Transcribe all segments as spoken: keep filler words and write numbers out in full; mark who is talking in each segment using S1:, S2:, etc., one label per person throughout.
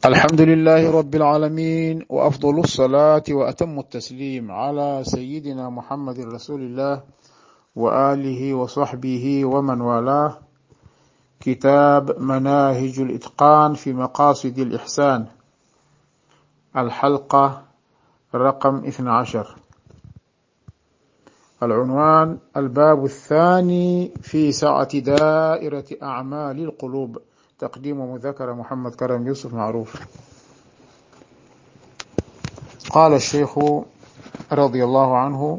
S1: الحمد لله رب العالمين، وأفضل الصلاة وأتم التسليم على سيدنا محمد رسول الله وآله وصحبه ومن والاه. كتاب مناهج الإتقان في مقاصد الإحسان، الحلقة رقم اثني عشر. العنوان: الباب الثاني في سعة دائرة أعمال القلوب. تقديم ومذكر محمد كرم يوسف معروف. قال الشيخ رضي الله عنه: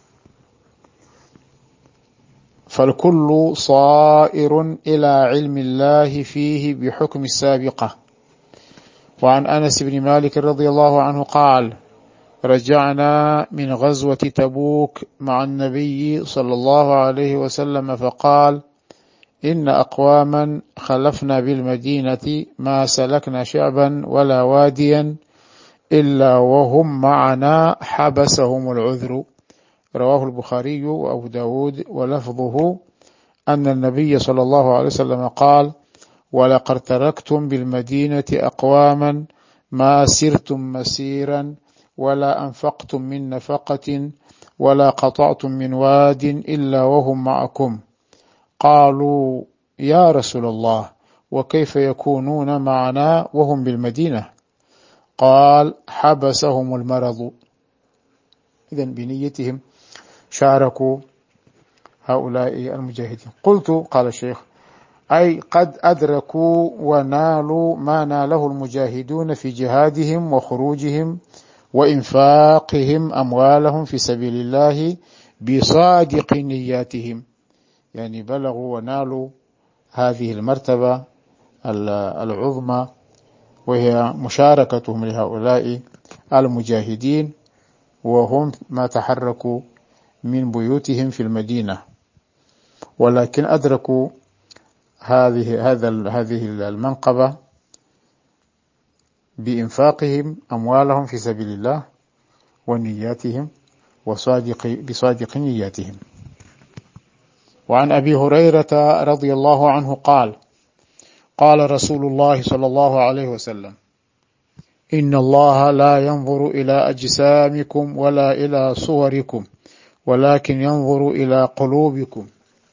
S1: فالكل صائر إلى علم الله فيه بحكم السابقة. وعن أنس بن مالك رضي الله عنه قال: رجعنا من غزوة تبوك مع النبي صلى الله عليه وسلم فقال: إن أقواما خلفنا بالمدينة ما سلكنا شعبا ولا واديا إلا وهم معنا حبسهم العذر. رواه البخاري وأبو داود، ولفظه أن النبي صلى الله عليه وسلم قال: ولقد تركتم بالمدينة أقواما ما سرتم مسيرا ولا أنفقتم من نفقة ولا قطعتم من واد إلا وهم معكم. قالوا: يا رسول الله، وكيف يكونون معنا وهم بالمدينة؟ قال: حبسهم المرض. إذن بنيتهم شاركوا هؤلاء المجاهدين. قلت: قال الشيخ: أي قد أدركوا ونالوا ما ناله المجاهدون في جهادهم وخروجهم وإنفاقهم أموالهم في سبيل الله بصادق نياتهم، يعني بلغوا ونالوا هذه المرتبة العظمى، وهي مشاركتهم لهؤلاء المجاهدين وهم ما تحركوا من بيوتهم في المدينة، ولكن أدركوا هذه هذا هذه المنقبة بإنفاقهم أموالهم في سبيل الله ونياتهم وصادق بصادق نياتهم. وعن أبي هريرة رضي الله عنه قال: قال رسول الله صلى الله عليه وسلم: إن الله لا ينظر إلى أجسامكم ولا إلى صوركم ولكن ينظر إلى قلوبكم.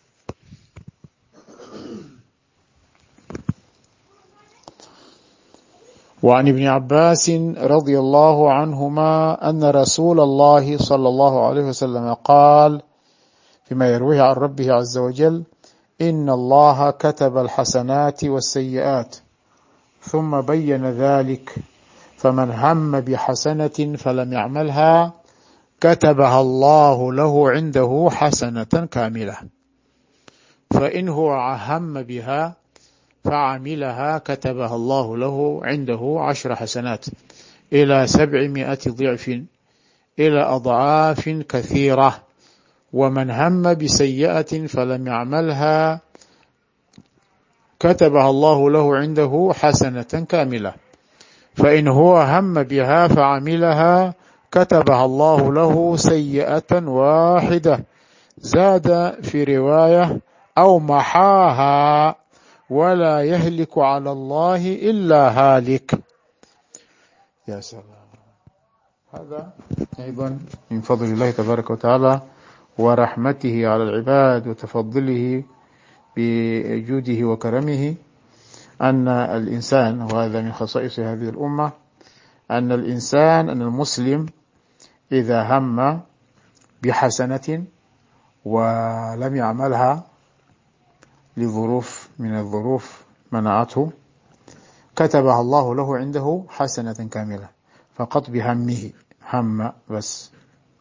S1: وعن ابن عباس رضي الله عنهما أن رسول الله صلى الله عليه وسلم قال فيما يرويه عن ربه عز وجل: إن الله كتب الحسنات والسيئات ثم بين ذلك، فمن هم بحسنة فلم يعملها كتبها الله له عنده حسنة كاملة، فإن هو هم بها فعملها كتبها الله له عنده عشر حسنات إلى سبعمائة ضعف إلى أضعاف كثيرة. ومن هم بسيئة فلم يعملها كتبها الله له عنده حسنة كاملة، فإن هو هم بها فعملها كتبها الله له سيئة واحدة. زاد في رواية: أو محاها، ولا يهلك على الله إلا هالك. يا سلام، هذا أيضا من فضل الله تبارك وتعالى ورحمته على العباد وتفضله بجوده وكرمه، أن الإنسان، وهذا من خصائص هذه الأمة، أن الإنسان أن المسلم إذا هم بحسنة ولم يعملها لظروف من الظروف منعته كتبها الله له عنده حسنة كاملة فقط بهمه، هم بس.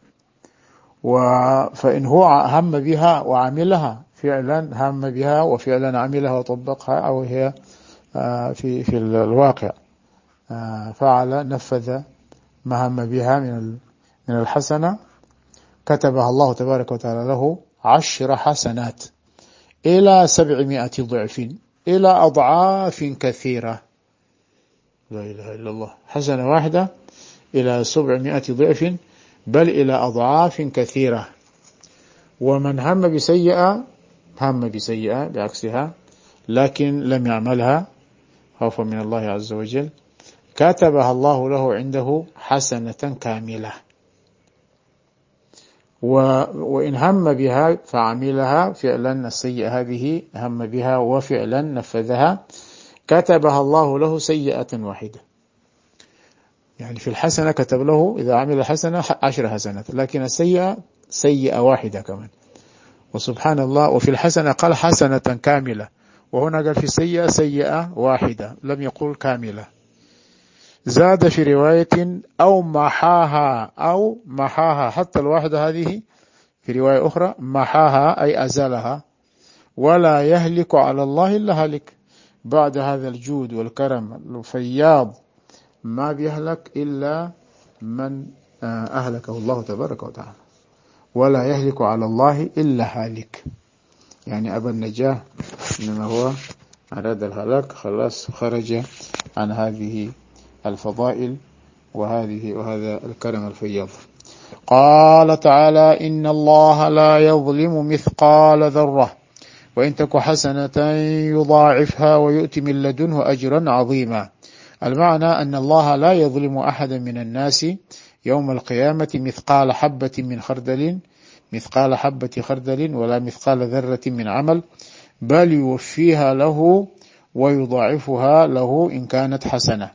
S1: فإن هو هم بها وعملها فعلا، هم بها وفعلا عملها وطبقها، أو هي في في الواقع فعل نفذ ما هم بها من من الحسنة، كتبها الله تبارك وتعالى له عشر حسنات إلى سبعمائة ضعف إلى أضعاف كثيرة. لا إله إلا الله، حسنة واحدة إلى سبعمائة ضعف، بل إلى أضعاف كثيرة. ومن هم بسيئة هم بسيئة بعكسها لكن لم يعملها خوفا من الله عز وجل كتبها الله له عنده حسنة كاملة، وإن هم بها فعملها فعلا السيئة هذه هم بها وفعلا نفذها كتبها الله له سيئة واحدة. يعني في الحسنة كتب له إذا عمل حسنة عشر حسنات، لكن السيئة سيئة واحدة كمان. وسبحان الله، وفي الحسنة قال حسنة كاملة، وهنا قال في السيئة سيئة واحدة، لم يقول كاملة. زاد في رواية أو محاها، أو محاها، حتى الواحدة هذه في رواية أخرى محاها أي أزالها. ولا يهلك على الله إلا هلك. بعد هذا الجود والكرم الفياض ما بيهلك إلا من أهلكه الله تبارك وتعالى. ولا يهلك على الله إلا هالك، يعني أبا النجاة، إنما هو أراد الهلاك، خلاص خرج عن هذه الفضائل وهذه وهذا الكرم الفياض. قال تعالى: إن الله لا يظلم مثقال ذرة وإن تك حسنة يضاعفها ويؤتي من لدنه أجرا عظيما. المعنى أن الله لا يظلم أحدا من الناس يوم القيامة مثقال حبة من خردل مثقال حبة خردل ولا مثقال ذرة من عمل، بل يوفيها له ويضاعفها له إن كانت حسنة.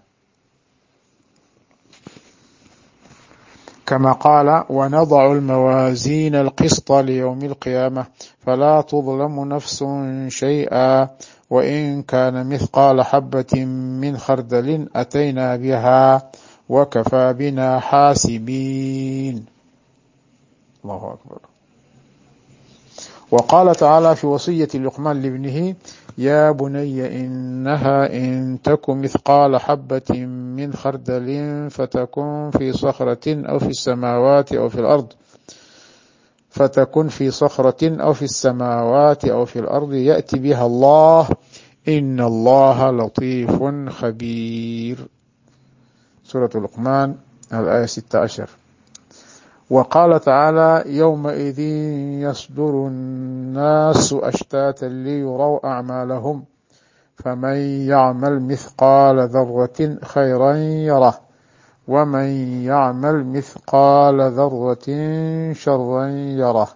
S1: كما قال: ونضع الموازين القسط ليوم القيامة فلا تظلم نفس شيئا وإن كان مثقال حبة من خردل أتينا بها وكفى بنا حاسبين. الله أكبر. وقال تعالى في وصية لقمان لابنه: يا بني إنها إن تك مثقال حبة من خردل فتكن في صخرة أو في السماوات أو في الأرض فتكن في صخرة أو في السماوات أو في الأرض يأتي بها الله إن الله لطيف خبير. سورة لقمان الآية ستة عشر. وقال تعالى: يومئذ يصدر الناس أشتاتا ليروا أعمالهم فمن يعمل مثقال ذرة خيرا يره ومن يعمل مثقال ذرة شرا يره.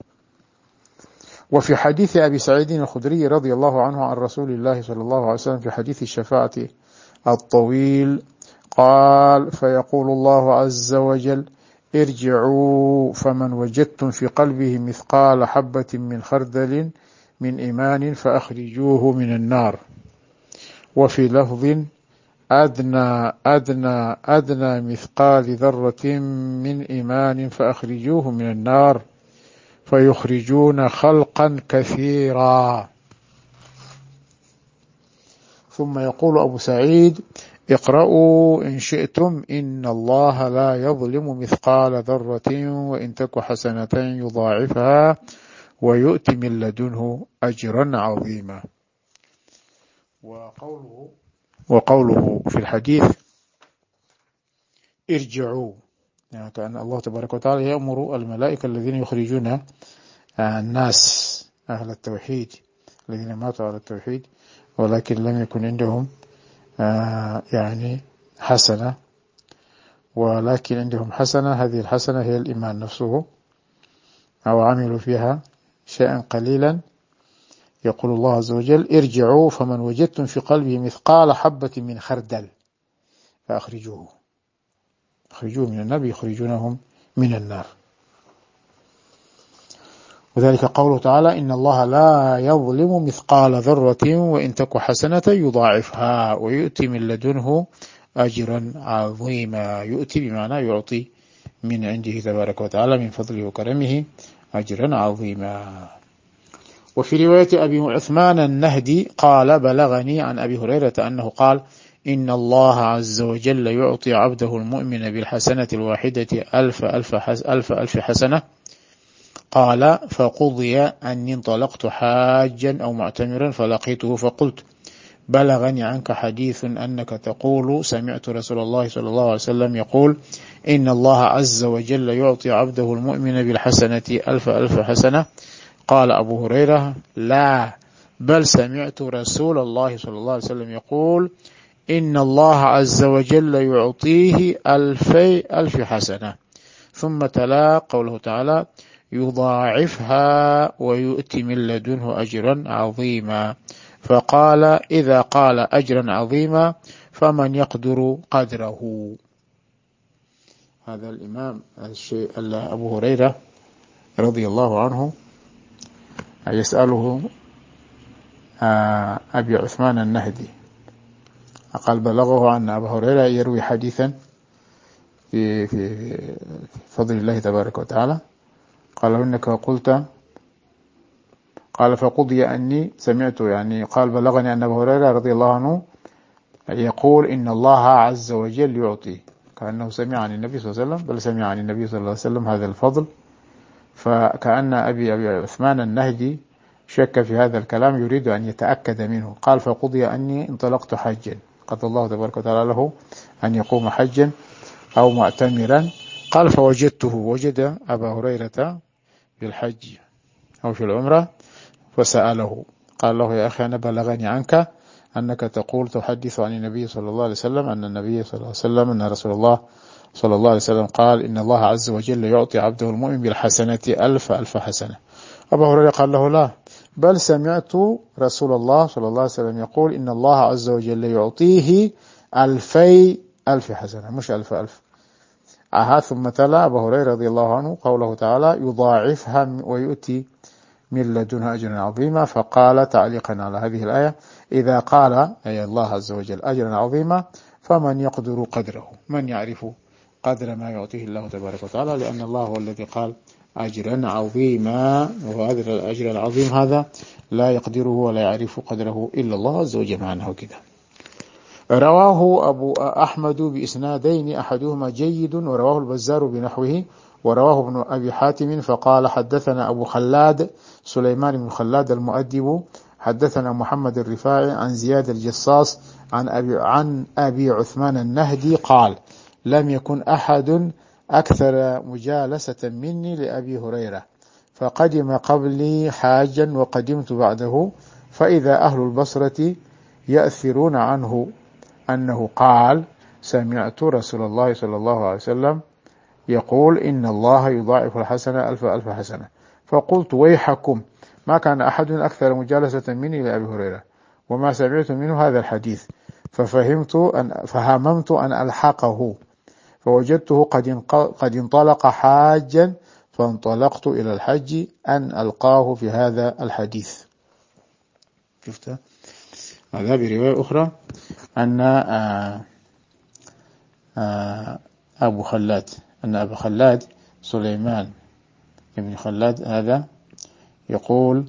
S1: وفي حديث أبي سعيد الخدري رضي الله عنه عن رسول الله صلى الله عليه وسلم في حديث الشفاعة الطويل قال: فيقول الله عز وجل: ارجعوا فمن وجدتم في قلبه مثقال حبة من خردل من إيمان فأخرجوه من النار. وفي لفظ: أدنى أدنى أدنى مثقال ذرة من إيمان فأخرجوه من النار، فيخرجون خلقا كثيرا. ثم يقول أبو سعيد: اقرأوا إن شئتم إن الله لا يظلم مثقال ذرة وإن تك حسنة يضاعفها ويؤتي من لدنه أجرا عظيما. وقوله, وقوله في الحديث: ارجعوا، يعني كأن الله تبارك وتعالى يأمر الملائكة الذين يخرجون الناس أهل التوحيد الذين ماتوا على التوحيد ولكن لم يكن عندهم آه يعني حسنة، ولكن عندهم حسنة، هذه الحسنة هي الإيمان نفسه، أو عملوا فيها شيئا قليلا. يقول الله عز وجل: ارجعوا فمن وجدتم في قلبه مثقال حبة من خردل فأخرجوه أخرجوه من النار، يخرجونهم من النار. وذلك قوله تعالى: إن الله لا يظلم مثقال ذرة وإن تك حسنة يضاعفها ويؤتي من لدنه أجرا عظيما. يؤتي بمعنى يعطي من عنده تبارك وتعالى من فضله وكرمه أجرا عظيما. وفي رواية أبي عثمان النهدي قال: بلغني عن أبي هريرة أنه قال: إن الله عز وجل يعطي عبده المؤمن بالحسنة الواحدة ألف ألف, حس ألف, ألف حسنة. قال: فقضي أني انطلقت حاجا أو معتمرا فلقيته فقلت: بلغني عنك حديث أنك تقول سمعت رسول الله صلى الله عليه وسلم يقول: إن الله عز وجل يعطي عبده المؤمن بالحسنة ألف ألف حسنة. قال أبو هريرة: لا، بل سمعت رسول الله صلى الله عليه وسلم يقول: إن الله عز وجل يعطيه ألفي ألف حسنة. ثم تلا قوله تعالى يضاعفها ويؤتي من لدنه أجرا عظيما، فقال إذا قال أجرا عظيما فمن يقدر قدره. هذا الإمام الشيء أبو هريرة رضي الله عنه يسأله أبي عثمان النهدي، قال بلغه أن أبا هريرة يروي حديثا في في فضل الله تبارك وتعالى، قال إنك قلت، قال فقضي أني سمعت، يعني قال بلغني أن أبا هريرة رضي الله عنه يقول إن الله عز وجل يعطي، كأنه سمع عن النبي صلى الله عليه وسلم، بل سمع عن النبي صلى الله عليه وسلم هذا الفضل. فكأن أبي أبي عثمان النهدي شك في هذا الكلام، يريد أن يتأكد منه. قال فقضي أني انطلقت حجا، قضى الله تبارك وتعالى له أن يقوم حجا أو معتمرا. قال فوجدته، وجد أبا هريرة في الحج أو في العمرة، فسأله قال له يا أخي أنا بلغني عنك أنك تقول تحدث عن النبي صلى الله عليه وسلم أن النبي صلى الله عليه وسلم أن رسول الله صلى الله عليه وسلم قال إن الله عز وجل يعطي عبده المؤمن بالحسنة ألف ألف حسنة. أبا هريرة قال له لا، بل سمعت رسول الله صلى الله عليه وسلم يقول إن الله عز وجل يعطيه ألفي ألف حسنة، مش ألف ألف. أها ثم تلا أبا هريرة رضي الله عنه قوله تعالى يضاعفها ويؤتي من لدنها أجرا عظيما، فقال تعليقا على هذه الآية إذا قال أي الله عز وجل أجرا عظيما فمن يقدر قدره، من يعرف قدر ما يعطيه الله تبارك وتعالى، لأن الله هو الذي قال أجرا عظيما، وهذا الأجر العظيم هذا لا يقدره ولا يعرف قدره إلا الله عز وجل، معناه كده. رواه أبو أحمد بإسنادين أحدهما جيد، ورواه البزار بنحوه، ورواه ابن أبي حاتم فقال حدثنا أبو خلاد سليمان بن خلاد المؤدب حدثنا محمد الرفاعي عن زياد الجصاص عن أبي, عن أبي عثمان النهدي قال لم يكن أحد أكثر مجالسة مني لأبي هريرة، فقدم قبلي حاجا وقدمت بعده، فإذا أهل البصرة يأثرون عنه أنه قال سمعت رسول الله صلى الله عليه وسلم يقول إن الله يضاعف الحسنة ألف ألف حسنة، فقلت ويحكم ما كان أحد أكثر مجالسة مني لأبي هريرة وما سمعت منه هذا الحديث، ففهمت أن فهممت أن ألحقه، فوجدته قد قد انطلق حاجا، فانطلقت إلى الحج أن ألقاه في هذا الحديث. شفت هذا برواية أخرى أن آآ آآ أبو خلاد أن أبو خلاد سليمان بن خلاد هذا يقول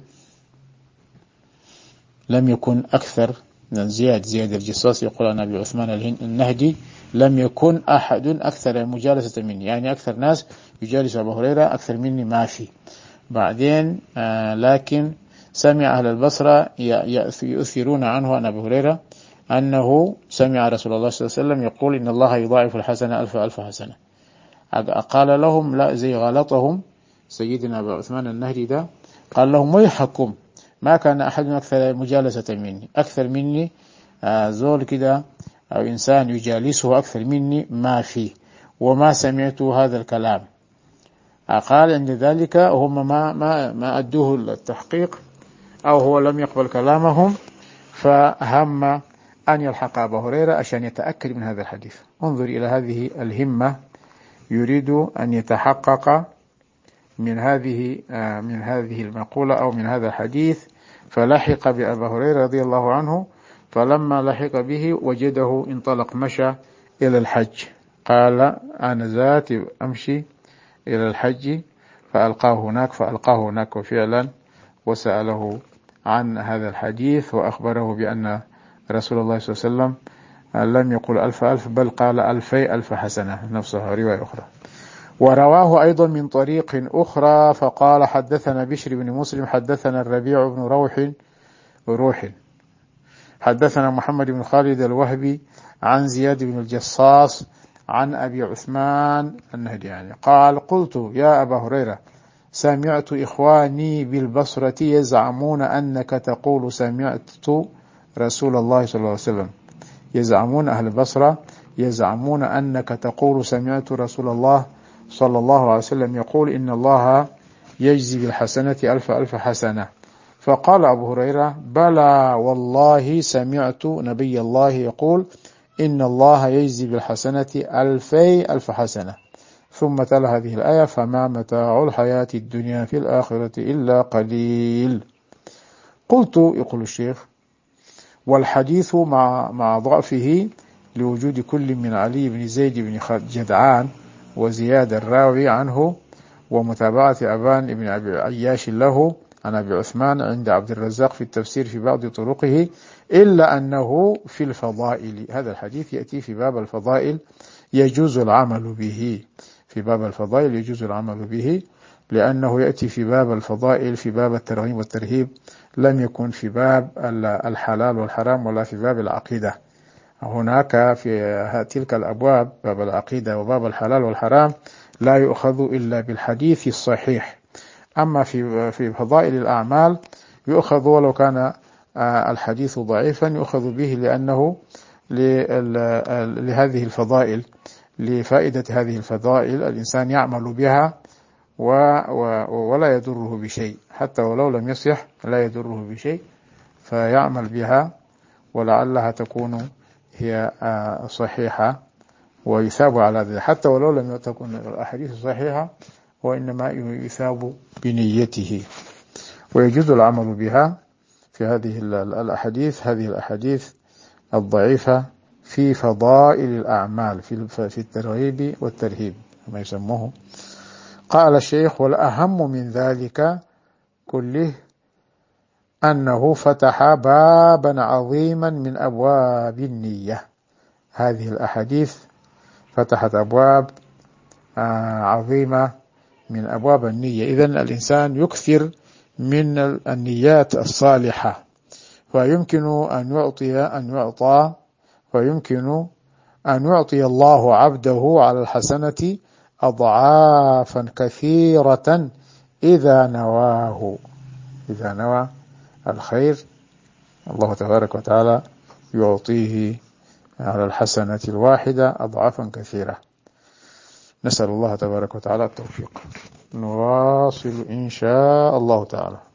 S1: لم يكن أكثر من زياد زياد الجصاص يقول عن أبي عثمان النهدي لم يكن أحد أكثر مجالسة مني، يعني أكثر ناس يجالس أبو هريرة أكثر مني ما في. بعدين آه لكن سمع أهل البصرة يؤثرون عنه عن أبي هريرة أنه سمع رسول الله صلى الله عليه وسلم يقول إن الله يضاعف الحسنة ألف ألف حسنة. قال لهم لا زي غلطهم سيدنا أبو عثمان النهدي ده، قال لهم ويحكم ما كان أحد أكثر مجالسة مني، أكثر مني آه زول كده أو إنسان يجالسه أكثر مني ما فيه، وما سمعت هذا الكلام. قال عند ذلك هم ما ما ما أدوه التحقيق أو هو لم يقبل كلامهم، فهم أن يلحق أبا هريرة عشان يتأكد من هذا الحديث. انظر إلى هذه الهمة، يريد أن يتحقق من هذه من هذه المقولة أو من هذا الحديث، فلحق بأبا هريرة رضي الله عنه، فلما لحق به وجده انطلق مشى إلى الحج، قال أنا ذات أمشي إلى الحج، فألقاه هناك فألقاه هناك وفعلا، وسأله عن هذا الحديث وأخبره بأن رسول الله صلى الله عليه وسلم لم يقل ألف ألف بل قال ألفي ألف حسنة، نفسها رواية أخرى. ورواه أيضا من طريق أخرى فقال حدثنا بشر بن مسلم حدثنا الربيع بن روح روح حدثنا محمد بن خالد الوهبي عن زياد بن الجصاص عن أبي عثمان النهدي يعني قال قلت يا أبا هريرة سمعت إخواني بالبصرة يزعمون أنك تقول سمعت رسول الله صلى الله عليه وسلم يزعمون أهل البصرة يزعمون أنك تقول سمعت رسول الله صلى الله عليه وسلم يقول إن الله يجزي بالحسنة ألف ألف حسنة. فقال أبو هريرة بلى والله سمعت نبي الله يقول إن الله يجزي بالحسنة ألفي ألف حسنة. ثم تلا هذه الآية فما متاع الحياة الدنيا في الآخرة إلا قليل. قلت يقول الشيخ والحديث مع مع ضعفه لوجود كل من علي بن زيد بن جدعان وزياد الراوي عنه ومتابعة أبان بن أبي عياش له عن أبي عثمان عند عبد الرزاق في التفسير في بعض طرقه، إلا أنه في الفضائل. هذا الحديث يأتي في باب الفضائل يجوز العمل به، في باب الفضائل يجوز العمل به، لأنه يأتي في باب الفضائل في باب الترغيب والترهيب، لم يكن في باب الحلال والحرام ولا في باب العقيدة. هناك في تلك الأبواب باب العقيدة وباب الحلال والحرام لا يؤخذ إلا بالحديث الصحيح. أما في في فضائل الأعمال يؤخذ ولو كان الحديث ضعيفا يؤخذ به، لأنه لهذه الفضائل، لفائدة هذه الفضائل الإنسان يعمل بها ولا يضره بشيء، حتى ولو لم يصح لا يضره بشيء، فيعمل بها ولعلها تكون هي صحيحة ويثاب على ذلك، حتى ولو لم تكن الأحاديث صحيحة، وإنما يثاب بنيته. ويجوز العمل بها في هذه الأحاديث هذه الأحاديث الضعيفة في فضائل الأعمال في الترغيب والترهيب كما يسموه. قال الشيخ والأهم من ذلك كله أنه فتح بابا عظيما من أبواب النية. هذه الأحاديث فتحت أبواب عظيمة من أبواب النية. إذن الإنسان يكثر من النيات الصالحة، فيمكن أن يعطي أن يعطى ويمكن أن يعطي الله عبده على الحسنة أضعافا كثيرة إذا نواه إذا نوى الخير، الله تبارك وتعالى يعطيه على الحسنة الواحدة أضعافا كثيرة. نسأل الله تبارك وتعالى التوفيق. نواصل إن شاء الله تعالى.